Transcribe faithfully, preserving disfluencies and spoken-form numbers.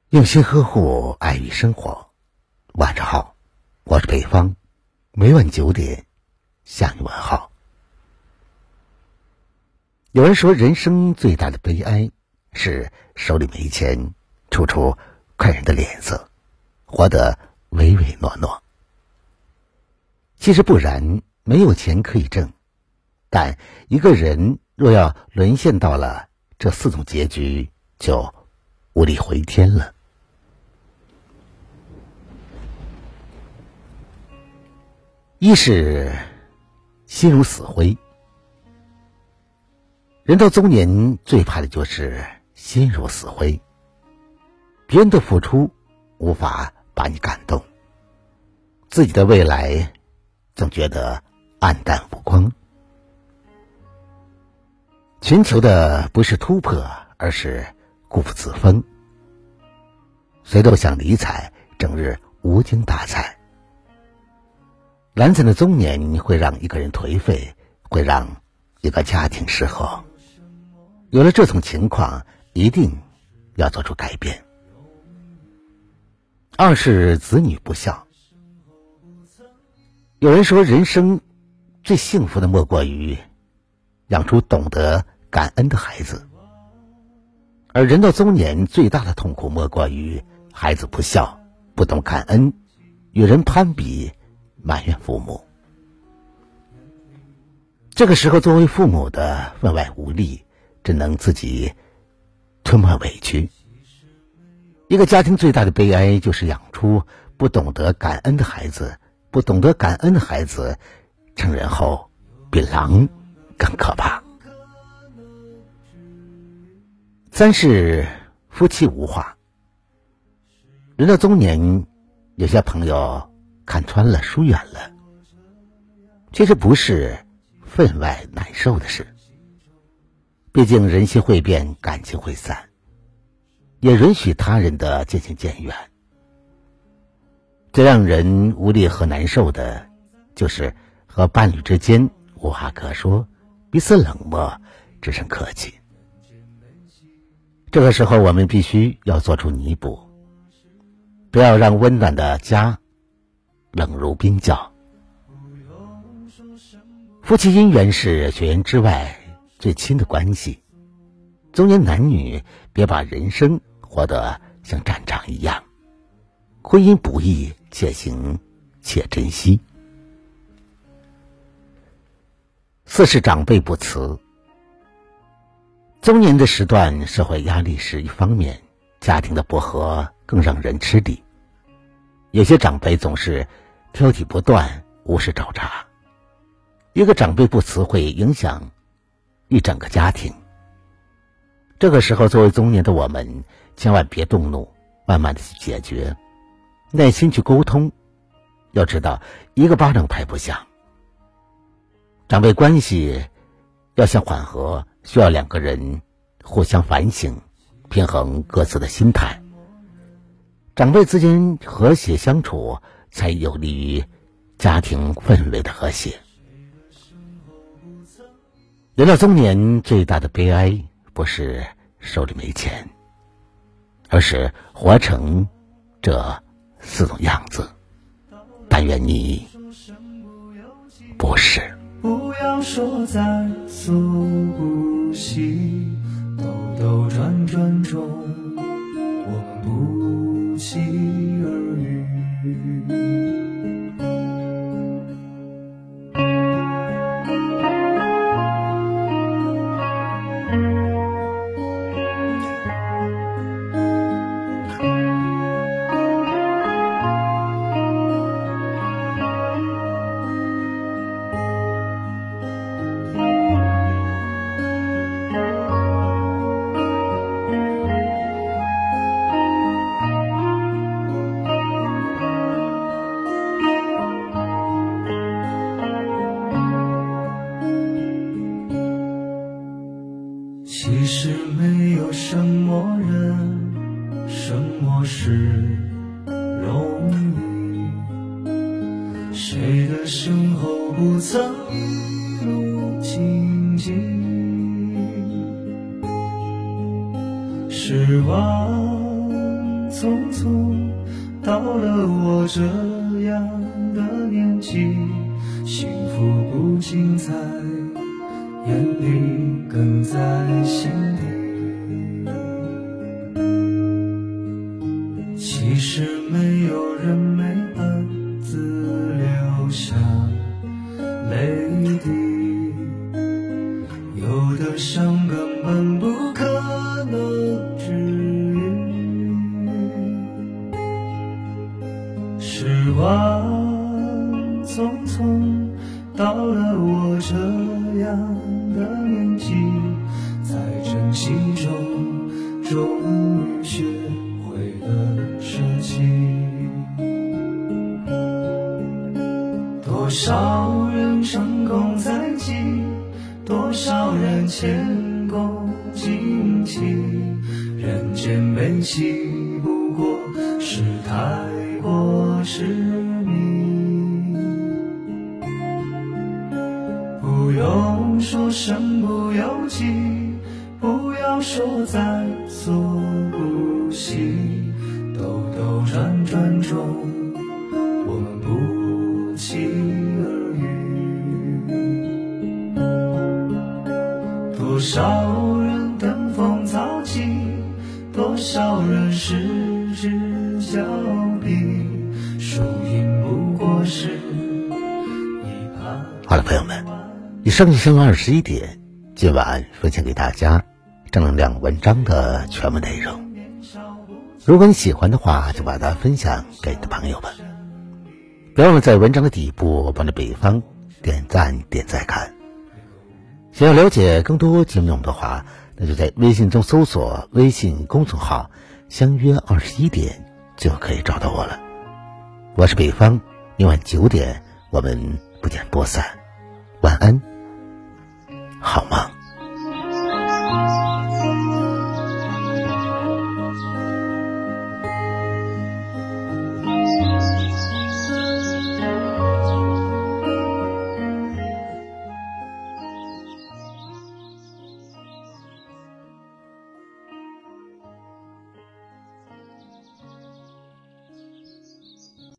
用心呵护爱与生活。晚上好，我是北方，每晚九点向你问好。有人说，人生最大的悲哀是手里没钱，处处看人的脸色，活得唯唯诺诺。其实不然，没有钱可以挣，但一个人若要沦陷到了这四种结局，就无力回天了。一是心如死灰。人到中年最怕的就是心如死灰，别人的付出无法把你感动，自己的未来总觉得黯淡无光。寻求的不是突破，而是固步自封。谁都想理财，整日无精打采。懒散的中年会让一个人颓废，会让一个家庭失和。有了这种情况，一定要做出改变。二是子女不孝。有人说，人生最幸福的莫过于养出懂得感恩的孩子，而人到中年最大的痛苦莫过于孩子不孝，不懂感恩，与人攀比，埋怨父母。这个时候，作为父母的分外无力，只能自己吞没委屈。一个家庭最大的悲哀就是养出不懂得感恩的孩子，不懂得感恩的孩子成人后比狼更可怕。三是夫妻无话。人到中年，有些朋友看穿了，疏远了，其实不是分外难受的事。毕竟人心会变，感情会散，也允许他人的渐行渐远。最让人无力和难受的，就是和伴侣之间无话可说，彼此冷漠，只剩客气。这个时候，我们必须要做出弥补，不要让温暖的家冷如冰窖。夫妻姻缘是血缘之外最亲的关系，中年男女别把人生活得像战场一样，婚姻不易，且行且珍惜。四是长辈不辞。中年的时段，社会压力是一方面，家庭的不和更让人吃力。有些长辈总是挑剔不断，无事找茬。一个长辈不辞会影响一整个家庭。这个时候，作为中年的我们，千万别动怒，慢慢的去解决，耐心去沟通。要知道，一个巴掌拍不响。长辈关系要想缓和，需要两个人互相反省，平衡各自的心态。长辈之间和谐相处，才有利于家庭氛围的和谐。人到中年，最大的悲哀不是手里没钱，而是活成这四种样子。但愿你不是。 不要说在所不惜，兜兜转转中，我们不期而遇。其实没有什么人，什么事容易，谁的身后不曾一路荆棘，时光匆匆，到了我这样的年纪，幸福不仅在眼里，更在心底。其实没有人没暗自流下泪滴，有的伤根本不可能治愈。时光匆匆，到了我这样的年纪，在珍惜中终于学会了舍弃。多少人成功在即，多少人前功尽弃，人间悲喜不过是太过痴迷。不用说身不由己，不要说在所不惜，兜兜转转中我们不期而遇。多少人登峰造极，多少人失之交臂，输赢不过是一盘。 好了，朋友们，以上是深夜二十一点今晚分享给大家正能量文章的全部内容。如果你喜欢的话，就把它分享给你的朋友们。别忘了在文章的底部帮着北方点赞点再看。想要了解更多节目内容的话，那就在微信中搜索微信公众号相约二十一点就可以找到我了。我是北方，明晚九点我们不见不散。晚安，好梦。